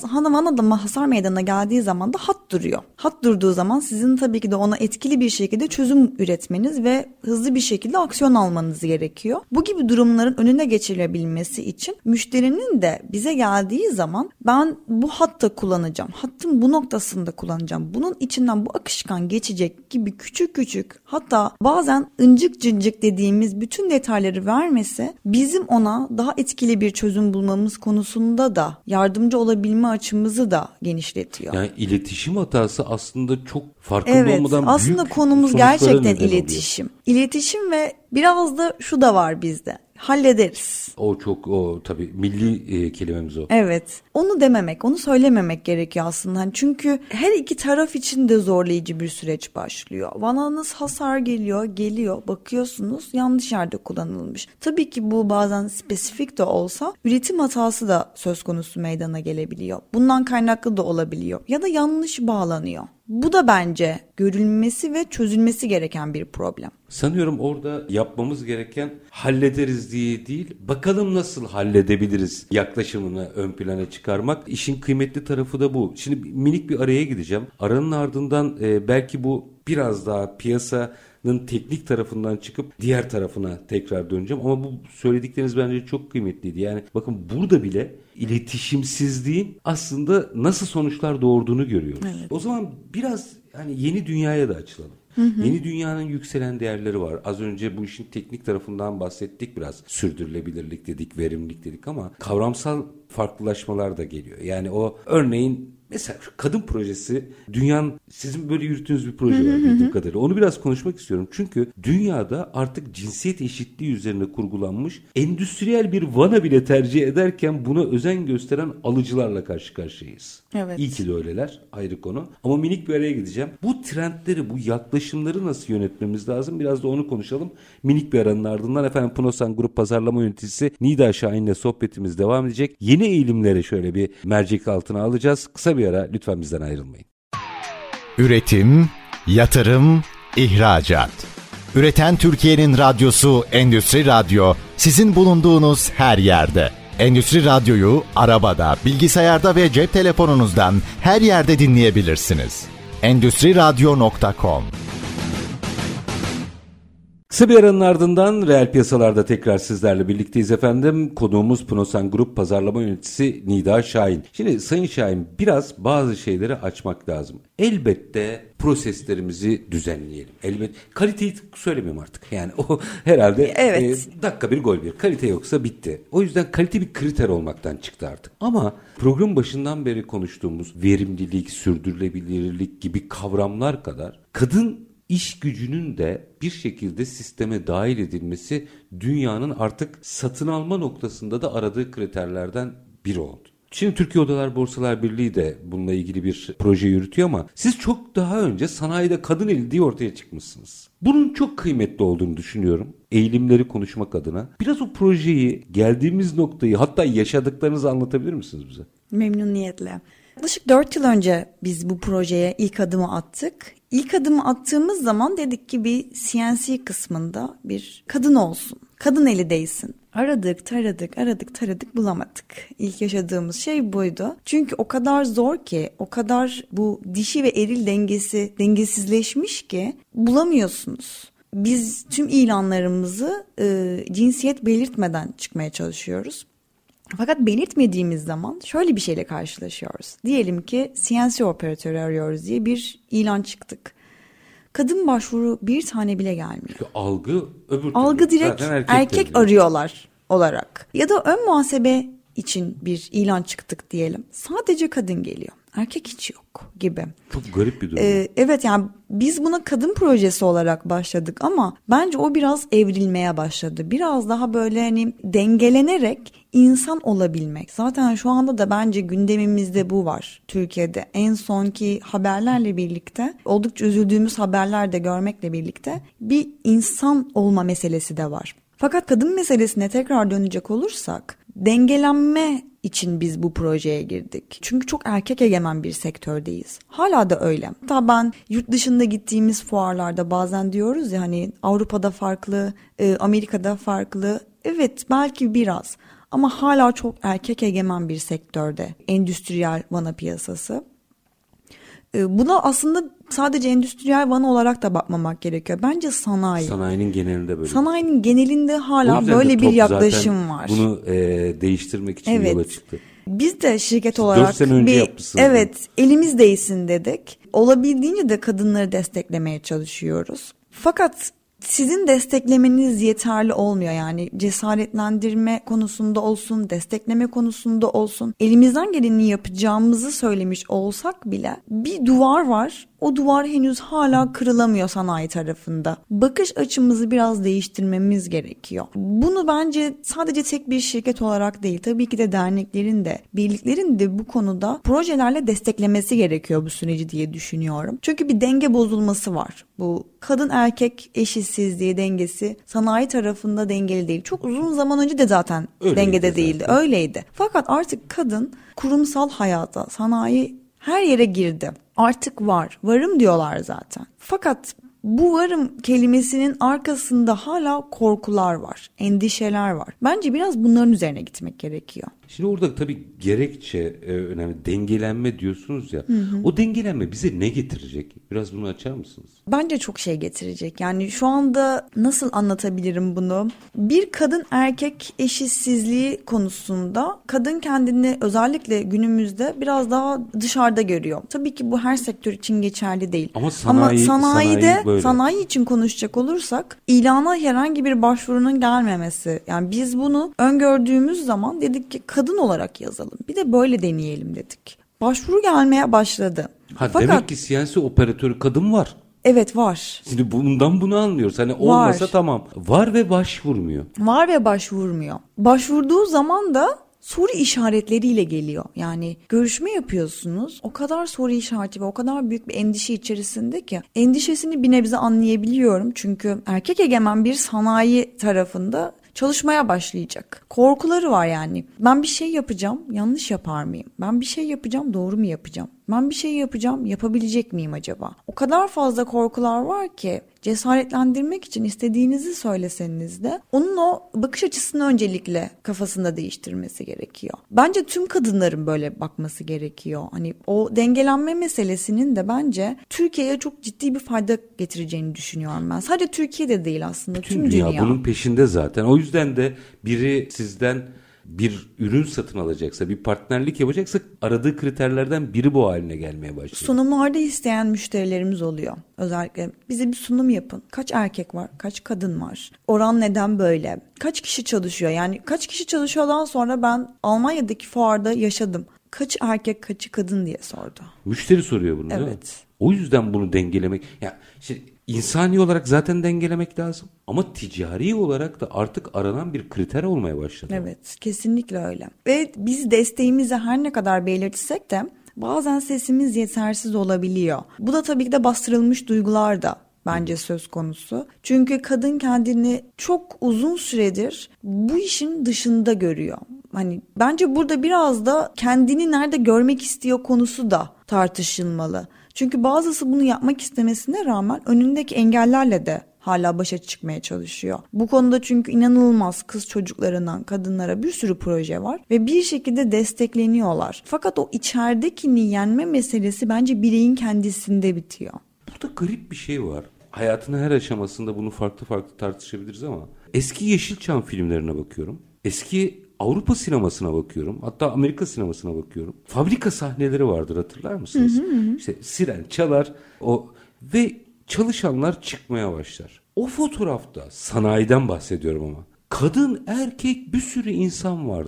Vanada hasar meydana geldiği zaman da hat duruyor. Hat durduğu zaman sizin tabii ki de ona etkili bir şekilde çözüm üretmeniz ve hızlı bir şekilde aksiyon almanız gerekiyor. Bu gibi durumların önüne geçilebilmesi için müşterinin de bize geldiği zaman ben bu hattı kullanacağım. Hattın bu noktasında kullanacağım. Bunun içinden bu akışkan geçecek gibi küçük küçük hatta bazen incik cincik dediğimiz bütün detayları vermesi bizim ona daha etkili bir çözüm bulmamız konusunda da yardımcı olabilme açımızı da genişletiyor. Yani iletişim hatası aslında çok farkında olmadan aslında büyük konumuz gerçekten neden iletişim. İletişim ve biraz da şu da var bizde. Hallederiz. O tabii milli kelimemiz o. Evet. Onu dememek, onu söylememek gerekiyor aslında. Çünkü her iki taraf için de zorlayıcı bir süreç başlıyor. Vananız hasar geliyor, bakıyorsunuz yanlış yerde kullanılmış. Tabii ki bu bazen spesifik de olsa üretim hatası da söz konusu meydana gelebiliyor. Bundan kaynaklı da olabiliyor ya da yanlış bağlanıyor. Bu da bence görülmesi ve çözülmesi gereken bir problem. Sanıyorum orada yapmamız gereken hallederiz diye değil, bakalım nasıl halledebiliriz yaklaşımını ön plana çıkarmak. İşin kıymetli tarafı da bu. Şimdi minik bir araya gideceğim. Aranın ardından belki bu biraz daha piyasanın teknik tarafından çıkıp diğer tarafına tekrar döneceğim. Ama bu söyledikleriniz bence çok kıymetliydi. Yani bakın burada bile iletişimsizliğin aslında nasıl sonuçlar doğurduğunu görüyoruz. Evet. O zaman biraz hani yeni dünyaya da açılalım. Yeni dünyanın yükselen değerleri var. Az önce bu işin teknik tarafından bahsettik biraz. Sürdürülebilirlik dedik, verimlilik dedik ama kavramsal farklılaşmalar da geliyor. Yani o örneğin mesela şu kadın projesi, dünyanın sizin böyle yürüttüğünüz bir proje var bildiğim kadarıyla. Onu biraz konuşmak istiyorum. Çünkü dünyada artık cinsiyet eşitliği üzerine kurgulanmış endüstriyel bir vana bile tercih ederken buna özen gösteren alıcılarla karşı karşıyayız. Evet. İyi ki de öyleler, ayrı konu. Ama minik bir araya gideceğim. Bu trendleri, bu yaklaşımları nasıl yönetmemiz lazım? Biraz da onu konuşalım. Minik bir aranın ardından efendim Punosan Grup Pazarlama Yöneticisi Nida Şahin'le sohbetimiz devam edecek. Yeni eğilimleri şöyle bir mercek altına alacağız. Kısa bir ara, lütfen bizden ayrılmayın. Üretim, yatırım, ihracat. Üreten Türkiye'nin radyosu Endüstri Radyo sizin bulunduğunuz her yerde. Endüstri Radyo'yu arabada, bilgisayarda ve cep telefonunuzdan her yerde dinleyebilirsiniz. Endüstriradyo.com. Kısa bir aranın ardından reel piyasalarda tekrar sizlerle birlikteyiz efendim. Konuğumuz Punosan Grup Pazarlama Yöneticisi Nida Şahin. Şimdi Sayın Şahin, biraz bazı şeyleri açmak lazım. Elbette proseslerimizi düzenleyelim. Elbette kaliteyi söylemiyorum artık. Yani o herhalde dakika bir gol bir. Kalite yoksa bitti. O yüzden kalite bir kriter olmaktan çıktı artık. Ama program başından beri konuştuğumuz verimlilik, sürdürülebilirlik gibi kavramlar kadar kadın İş gücünün de bir şekilde sisteme dahil edilmesi dünyanın artık satın alma noktasında da aradığı kriterlerden biri oldu. Şimdi Türkiye Odalar Borsalar Birliği de bununla ilgili bir proje yürütüyor ama siz çok daha önce sanayide kadın eli diye ortaya çıkmışsınız. Bunun çok kıymetli olduğunu düşünüyorum. Eğilimleri konuşmak adına. Biraz o projeyi, geldiğimiz noktayı, hatta yaşadıklarınızı anlatabilir misiniz bize? Memnuniyetle. Yaklaşık 4 yıl önce biz bu projeye ilk adımı attık. İlk adımı attığımız zaman dedik ki bir CNC kısmında bir kadın olsun. Kadın eli değsin. Aradık taradık bulamadık. İlk yaşadığımız şey buydu. Çünkü o kadar zor ki, o kadar bu dişi ve eril dengesi dengesizleşmiş ki bulamıyorsunuz. Biz tüm ilanlarımızı cinsiyet belirtmeden çıkmaya çalışıyoruz. Fakat belirtmediğimiz zaman şöyle bir şeyle karşılaşıyoruz. Diyelim ki CNC operatörü arıyoruz diye bir ilan çıktık. Kadın başvuru bir tane bile gelmiyor. Çünkü algı öbür türlü. Algı direkt erkek arıyorlar olarak. Ya da ön muhasebe için bir ilan çıktık diyelim. Sadece kadın geliyor. erkek hiç yok gibi. Çok garip bir durum. Evet, yani biz buna kadın projesi olarak başladık ama bence o biraz evrilmeye başladı. Biraz daha böyle hani dengelenerek insan olabilmek. Zaten şu anda da bence gündemimizde bu var Türkiye'de. En sonki haberlerle birlikte, oldukça üzüldüğümüz haberler de görmekle birlikte bir insan olma meselesi de var. Fakat kadın meselesine tekrar dönecek olursak, dengelenme için biz bu projeye girdik. Çünkü çok erkek egemen bir sektördeyiz. Hala da öyle. Hatta ben yurt dışında gittiğimiz fuarlarda bazen diyoruz ya hani Avrupa'da farklı, Amerika'da farklı. Evet, belki biraz ama hala çok erkek egemen bir sektörde endüstriyel vana piyasası. Buna aslında sadece endüstriyel vana olarak da bakmamak gerekiyor. Bence sanayi. Sanayinin genelinde böyle. Sanayinin genelinde hala böyle bir yaklaşım var. Bunu değiştirmek için yola çıktı. Biz de şirket olarak 4 sene önce yapmışsınız. Evet, elimiz değsin dedik. Olabildiğince de kadınları desteklemeye çalışıyoruz. Fakat sizin desteklemeniz yeterli olmuyor, yani cesaretlendirme konusunda olsun, destekleme konusunda olsun. Elimizden geleni yapacağımızı söylemiş olsak bile bir duvar var. O duvar henüz hala kırılamıyor sanayi tarafında. Bakış açımızı biraz değiştirmemiz gerekiyor. Bunu bence sadece tek bir şirket olarak değil, tabii ki de derneklerin de, birliklerin de bu konuda projelerle desteklemesi gerekiyor bu süreci diye düşünüyorum. Çünkü bir denge bozulması var. Bu kadın erkek eşitsizliği dengesi sanayi tarafında dengeli değil. Çok uzun zaman önce de zaten öyleydi, dengede değildi. Öyleydi. Fakat artık kadın kurumsal hayata, sanayi her yere girdi. Artık varım diyorlar zaten. Fakat bu varım kelimesinin arkasında hala korkular var, endişeler var. Bence biraz bunların üzerine gitmek gerekiyor. Şimdi orada tabii gerekçe önemli. Dengelenme diyorsunuz ya. O dengelenme bize ne getirecek? Biraz bunu açar mısınız? Bence çok şey getirecek. Yani şu anda nasıl anlatabilirim bunu? Bir kadın erkek eşitsizliği konusunda kadın kendini özellikle günümüzde biraz daha dışarıda görüyor. Tabii ki bu her sektör için geçerli değil. Ama sanayide böyle. Sanayi için konuşacak olursak ilana herhangi bir başvurunun gelmemesi. Yani biz bunu öngördüğümüz zaman dedik ki kadın olarak yazalım. Bir de böyle deneyelim dedik. Başvuru gelmeye başladı. Fakat demek ki CNC operatörü kadın var. Evet, var. Şimdi bundan bunu anlıyoruz. Hani olmasa tamam. Var ve başvurmuyor. Başvurduğu zaman da soru işaretleriyle geliyor. Yani görüşme yapıyorsunuz. O kadar soru işareti ve o kadar büyük bir endişe içerisinde ki endişesini bir nebze anlayabiliyorum. Çünkü erkek egemen bir sanayi tarafında çalışmaya başlayacak. Korkuları var yani. Ben bir şey yapacağım, yanlış yapar mıyım? Ben bir şey yapacağım, doğru mu yapacağım? Ben bir şey yapacağım, yapabilecek miyim acaba? O kadar fazla korkular var ki cesaretlendirmek için istediğinizi söyleseniz de onun o bakış açısını öncelikle kafasında değiştirmesi gerekiyor. Bence tüm kadınların böyle bakması gerekiyor. Hani o dengelenme meselesinin de bence Türkiye'ye çok ciddi bir fayda getireceğini düşünüyorum ben. Sadece Türkiye'de değil aslında, tüm dünya. Bunun peşinde zaten. O yüzden de biri sizden bir ürün satın alacaksa, bir partnerlik yapacaksa aradığı kriterlerden biri bu haline gelmeye başlıyor. Sunumlarda isteyen müşterilerimiz oluyor. Özellikle bize bir sunum yapın. Kaç erkek var? Kaç kadın var? Oran neden böyle? Kaç kişi çalışıyor? Yani kaç kişi çalışıyordan sonra ben Almanya'daki fuarda yaşadım. Kaç erkek, kaçı kadın diye sordu. Müşteri soruyor bunu, değil mi? Evet. O yüzden bunu dengelemek... Ya işte insani olarak zaten dengelemek lazım. Ama ticari olarak da artık aranan bir kriter olmaya başladı. Evet, kesinlikle öyle. Ve biz desteğimizi her ne kadar belirtsek de bazen sesimiz yetersiz olabiliyor. Bu da tabii ki de bastırılmış duygular da bence söz konusu. Çünkü kadın kendini çok uzun süredir bu işin dışında görüyor. Hani bence burada biraz da kendini nerede görmek istiyor konusu da tartışılmalı. Çünkü bazısı bunu yapmak istemesine rağmen önündeki engellerle de hala başa çıkmaya çalışıyor. Bu konuda çünkü inanılmaz kız çocuklarından kadınlara bir sürü proje var ve bir şekilde destekleniyorlar. Fakat o içeridekini yenme meselesi bence bireyin kendisinde bitiyor. Burada garip bir şey var. Hayatın her aşamasında bunu farklı farklı tartışabiliriz ama eski Yeşilçam filmlerine bakıyorum. Eski Avrupa sinemasına bakıyorum. Hatta Amerika sinemasına bakıyorum. Fabrika sahneleri vardır, hatırlar mısınız? İşte siren çalar ve çalışanlar çıkmaya başlar. O fotoğrafta, sanayiden bahsediyorum ama, kadın erkek bir sürü insan vardır.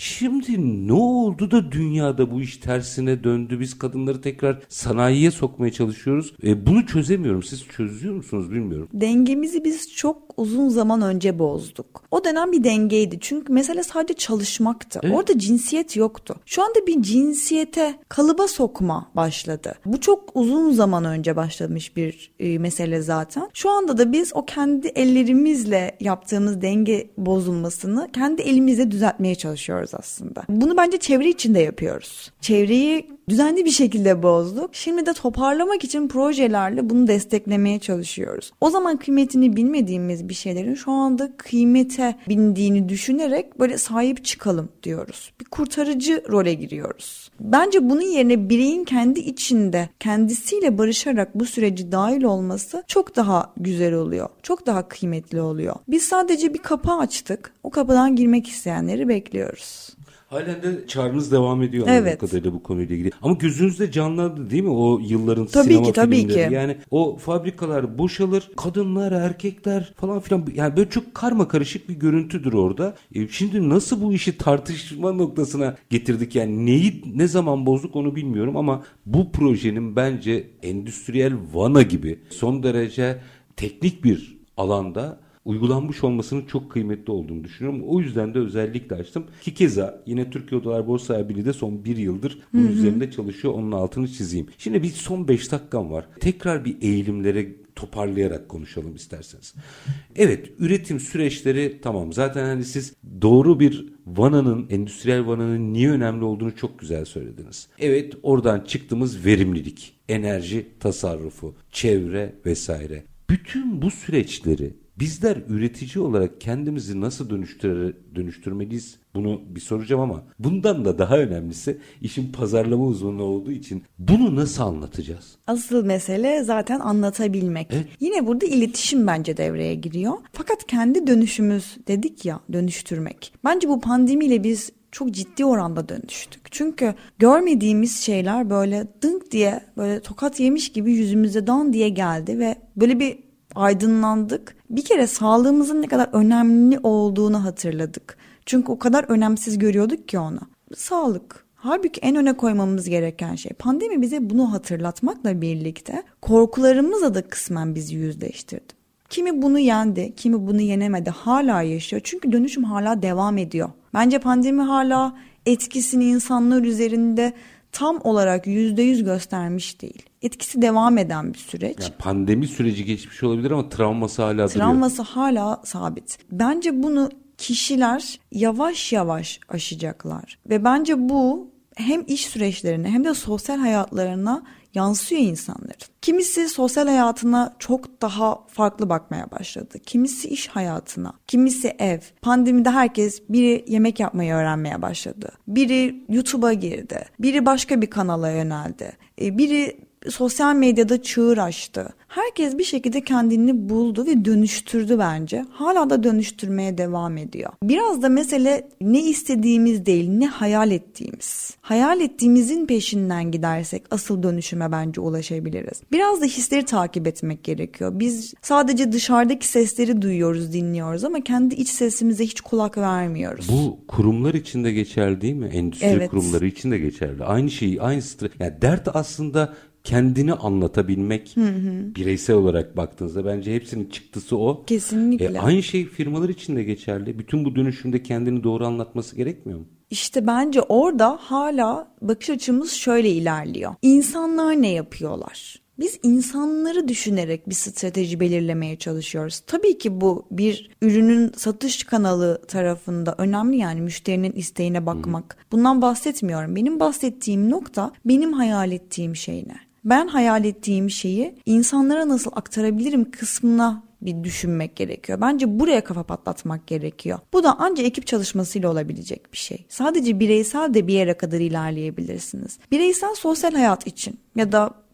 Şimdi ne oldu da dünyada bu iş tersine döndü? Biz kadınları tekrar sanayiye sokmaya çalışıyoruz. Bunu çözemiyorum. Siz çözüyor musunuz bilmiyorum. Dengemizi biz çok uzun zaman önce bozduk. O dönem bir dengeydi. Çünkü mesele sadece çalışmaktı. Evet. Orada cinsiyet yoktu. Şu anda bir cinsiyete, kalıba sokma başladı. Bu çok uzun zaman önce başlamış bir mesele zaten. Şu anda da biz o kendi ellerimizle yaptığımız denge bozulmasını kendi elimizle düzeltmeye çalışıyoruz aslında. Bunu bence çevre için de yapıyoruz. Çevreyi düzenli bir şekilde bozduk. Şimdi de toparlamak için projelerle bunu desteklemeye çalışıyoruz. O zaman kıymetini bilmediğimiz bir şeylerin şu anda kıymete bindiğini düşünerek böyle sahip çıkalım diyoruz. Bir kurtarıcı role giriyoruz. Bence bunun yerine bireyin kendi içinde kendisiyle barışarak bu süreci dahil olması çok daha güzel oluyor. Çok daha kıymetli oluyor. Biz sadece bir kapı açtık. O kapıdan girmek isteyenleri bekliyoruz. Halen de çağrınız devam ediyor anladığım kadarıyla bu konuyla ilgili. Ama gözünüzde canlandı değil mi o yılların sinema filmleri? Tabii ki. Yani o fabrikalar boşalır, kadınlar, erkekler falan filan. Yani böyle çok karma karışık bir görüntüdür orada. Şimdi nasıl bu işi tartışma noktasına getirdik? Yani neyi ne zaman bozduk onu bilmiyorum ama bu projenin bence endüstriyel vana gibi son derece teknik bir alanda uygulanmış olmasının çok kıymetli olduğunu düşünüyorum. O yüzden de özellikle açtım. Ki keza yine Türkiye Odalar Borsa Birliği de son bir yıldır bunun üzerinde çalışıyor. Onun altını çizeyim. Şimdi bir son 5 dakikam var. Tekrar bir eğilimlere toparlayarak konuşalım isterseniz. Evet, üretim süreçleri tamam. Zaten hani siz doğru bir vananın, endüstriyel vananın niye önemli olduğunu çok güzel söylediniz. Evet, oradan çıktığımız verimlilik, enerji tasarrufu, çevre vesaire. Bütün bu süreçleri bizler üretici olarak kendimizi nasıl dönüştürmeliyiz? Bunu bir soracağım ama bundan da daha önemlisi işin pazarlama uzmanı olduğu için bunu nasıl anlatacağız? Asıl mesele zaten anlatabilmek. Evet. Yine burada iletişim bence devreye giriyor. Fakat kendi dönüşümüz dedik ya, dönüştürmek. Bence bu pandemiyle biz çok ciddi oranda dönüştük. Çünkü görmediğimiz şeyler böyle dınk diye böyle tokat yemiş gibi yüzümüze dan diye geldi ve böyle bir aydınlandık. Bir kere sağlığımızın ne kadar önemli olduğunu hatırladık. Çünkü o kadar önemsiz görüyorduk ki onu. Sağlık. Halbuki en öne koymamız gereken şey. Pandemi bize bunu hatırlatmakla birlikte korkularımızla da kısmen bizi yüzleştirdi. Kimi bunu yendi, kimi bunu yenemedi. Hala yaşıyor. Çünkü dönüşüm hala devam ediyor. Bence pandemi hala etkisini insanlar üzerinde tam olarak %100 göstermiş değil. Etkisi devam eden bir süreç. Yani pandemi süreci geçmiş olabilir ama travması hala duruyor. Travması hala sabit. Bence bunu kişiler yavaş yavaş aşacaklar. Ve bence bu hem iş süreçlerine hem de sosyal hayatlarına yansıyor insanların. Kimisi sosyal hayatına çok daha farklı bakmaya başladı. Kimisi iş hayatına, kimisi ev. Pandemide herkes biri yemek yapmayı öğrenmeye başladı. Biri YouTube'a girdi. Biri başka bir kanala yöneldi. Biri sosyal medyada çığır açtı. Herkes bir şekilde kendini buldu ve dönüştürdü bence. Hala da dönüştürmeye devam ediyor. Biraz da mesele ne istediğimiz değil, ne hayal ettiğimiz. Hayal ettiğimizin peşinden gidersek asıl dönüşüme bence ulaşabiliriz. Biraz da hisleri takip etmek gerekiyor. Biz sadece dışarıdaki sesleri duyuyoruz, dinliyoruz ama kendi iç sesimize hiç kulak vermiyoruz. Bu kurumlar için de geçerli değil mi? Endüstri kurumları için de geçerli. Aynı şeyi, aynı stres. Yani dert aslında kendini anlatabilmek. Bireysel olarak baktığınızda bence hepsinin çıktısı o. Kesinlikle. Aynı şey firmalar için de geçerli. Bütün bu dönüşümde kendini doğru anlatması gerekmiyor mu? İşte bence orada hala bakış açımız şöyle ilerliyor. İnsanlar ne yapıyorlar? Biz insanları düşünerek bir strateji belirlemeye çalışıyoruz. Tabii ki bu bir ürünün satış kanalı tarafında önemli, yani müşterinin isteğine bakmak. Bundan bahsetmiyorum. Benim bahsettiğim nokta benim hayal ettiğim şey ne? Ben hayal ettiğim şeyi insanlara nasıl aktarabilirim kısmına bir düşünmek gerekiyor. Bence buraya kafa patlatmak gerekiyor. Bu da ancak ekip çalışmasıyla olabilecek bir şey. Sadece bireysel de bir yere kadar ilerleyebilirsiniz. Bireysel sosyal hayat için ya da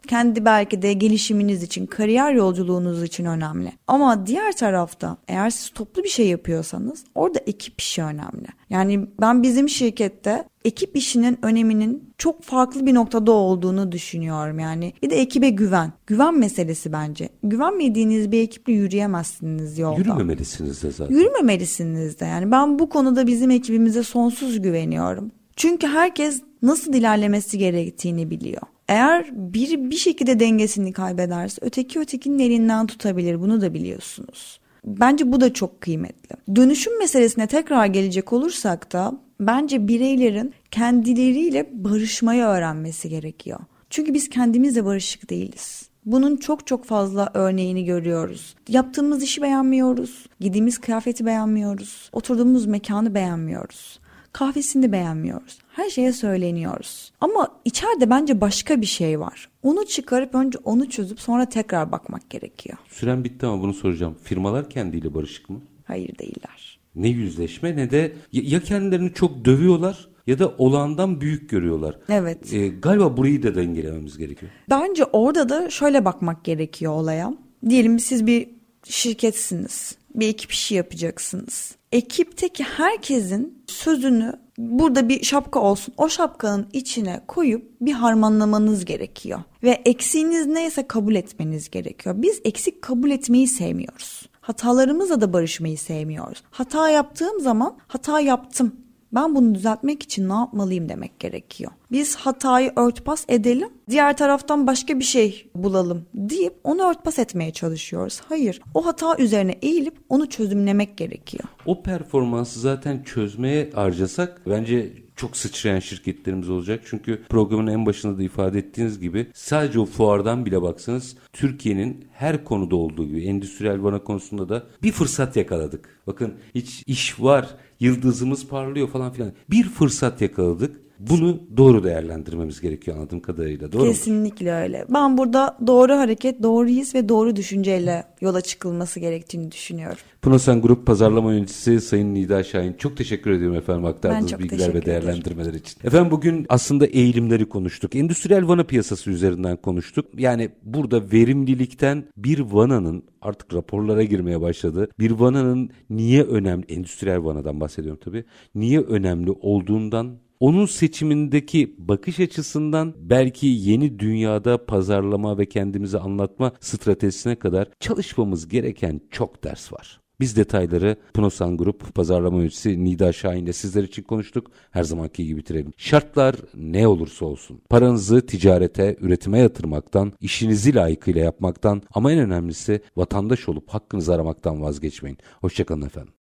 kendi belki de gelişiminiz için, kariyer yolculuğunuz için önemli. Ama diğer tarafta eğer siz toplu bir şey yapıyorsanız orada ekip işi önemli. Yani ben bizim şirkette ekip işinin öneminin çok farklı bir noktada olduğunu düşünüyorum. Yani bir de ekibe güven. Güven meselesi bence. Güvenmediğiniz bir ekiple yürüyemezsiniz yolda. Yürümemelisiniz de zaten. Yürümemelisiniz de. Yani ben bu konuda bizim ekibimize sonsuz güveniyorum. Çünkü herkes nasıl ilerlemesi gerektiğini biliyor. Eğer biri bir şekilde dengesini kaybederse ötekinin elinden tutabilir. Bunu da biliyorsunuz. Bence bu da çok kıymetli. Dönüşüm meselesine tekrar gelecek olursak da bence bireylerin kendileriyle barışmayı öğrenmesi gerekiyor. Çünkü biz kendimizle barışık değiliz. Bunun çok çok fazla örneğini görüyoruz. Yaptığımız işi beğenmiyoruz. Giydiğimiz kıyafeti beğenmiyoruz. Oturduğumuz mekanı beğenmiyoruz. Kahvesini beğenmiyoruz. Her şeye söyleniyoruz. Ama içeride bence başka bir şey var. Onu çıkarıp önce onu çözüp sonra tekrar bakmak gerekiyor. Süren bitti ama bunu soracağım. Firmalar kendiyle barışık mı? Hayır, değiller. Ne yüzleşme ne de ya kendilerini çok dövüyorlar ya da olağandan büyük görüyorlar. Evet. Galiba burayı da dengelememiz gerekiyor. Bence orada da şöyle bakmak gerekiyor olaya. Diyelim siz bir şirketsiniz. Bir ekip işi yapacaksınız. Ekipteki herkesin sözünü burada bir şapka olsun. O şapkanın içine koyup bir harmanlamanız gerekiyor. Ve eksiğiniz neyse kabul etmeniz gerekiyor. Biz eksik kabul etmeyi sevmiyoruz. Hatalarımızla da barışmayı sevmiyoruz. Hata yaptığım zaman hata yaptım. Ben bunu düzeltmek için ne yapmalıyım demek gerekiyor. Biz hatayı örtbas edelim, diğer taraftan başka bir şey bulalım deyip onu örtbas etmeye çalışıyoruz. Hayır, o hata üzerine eğilip onu çözümlemek gerekiyor. O performansı zaten çözmeye harcasak bence çok sıçrayan şirketlerimiz olacak. Çünkü programın en başında da ifade ettiğiniz gibi sadece o fuardan bile baksanız Türkiye'nin her konuda olduğu gibi endüstriyel vana konusunda da bir fırsat yakaladık. Bakın hiç iş var, yıldızımız parlıyor falan filan. Bir fırsat yakaladık. Bunu doğru değerlendirmemiz gerekiyor anladığım kadarıyla. Doğru mu? Kesinlikle öyle. Ben burada doğru hareket, doğru his ve doğru düşünceyle yola çıkılması gerektiğini düşünüyorum. Pnosan Grup Pazarlama Yöneticisi Sayın Nida Şahin. Çok teşekkür ediyorum efendim aktardığınız bilgiler ve değerlendirmeler için. Efendim bugün aslında eğilimleri konuştuk. Endüstriyel vana piyasası üzerinden konuştuk. Yani burada verimlilikten bir vananın artık raporlara girmeye başladı. Bir vananın niye önemli, endüstriyel vanadan bahsediyorum tabii. Niye önemli olduğundan, onun seçimindeki bakış açısından belki yeni dünyada pazarlama ve kendimizi anlatma stratejisine kadar çalışmamız gereken çok ders var. Biz detayları Pnosan Grup Pazarlama Yöneticisi Nida Şahin ile sizler için konuştuk. Her zamanki gibi bitirelim. Şartlar ne olursa olsun paranızı ticarete, üretime yatırmaktan, işinizi layıkıyla yapmaktan ama en önemlisi vatandaş olup hakkınızı aramaktan vazgeçmeyin. Hoşçakalın efendim.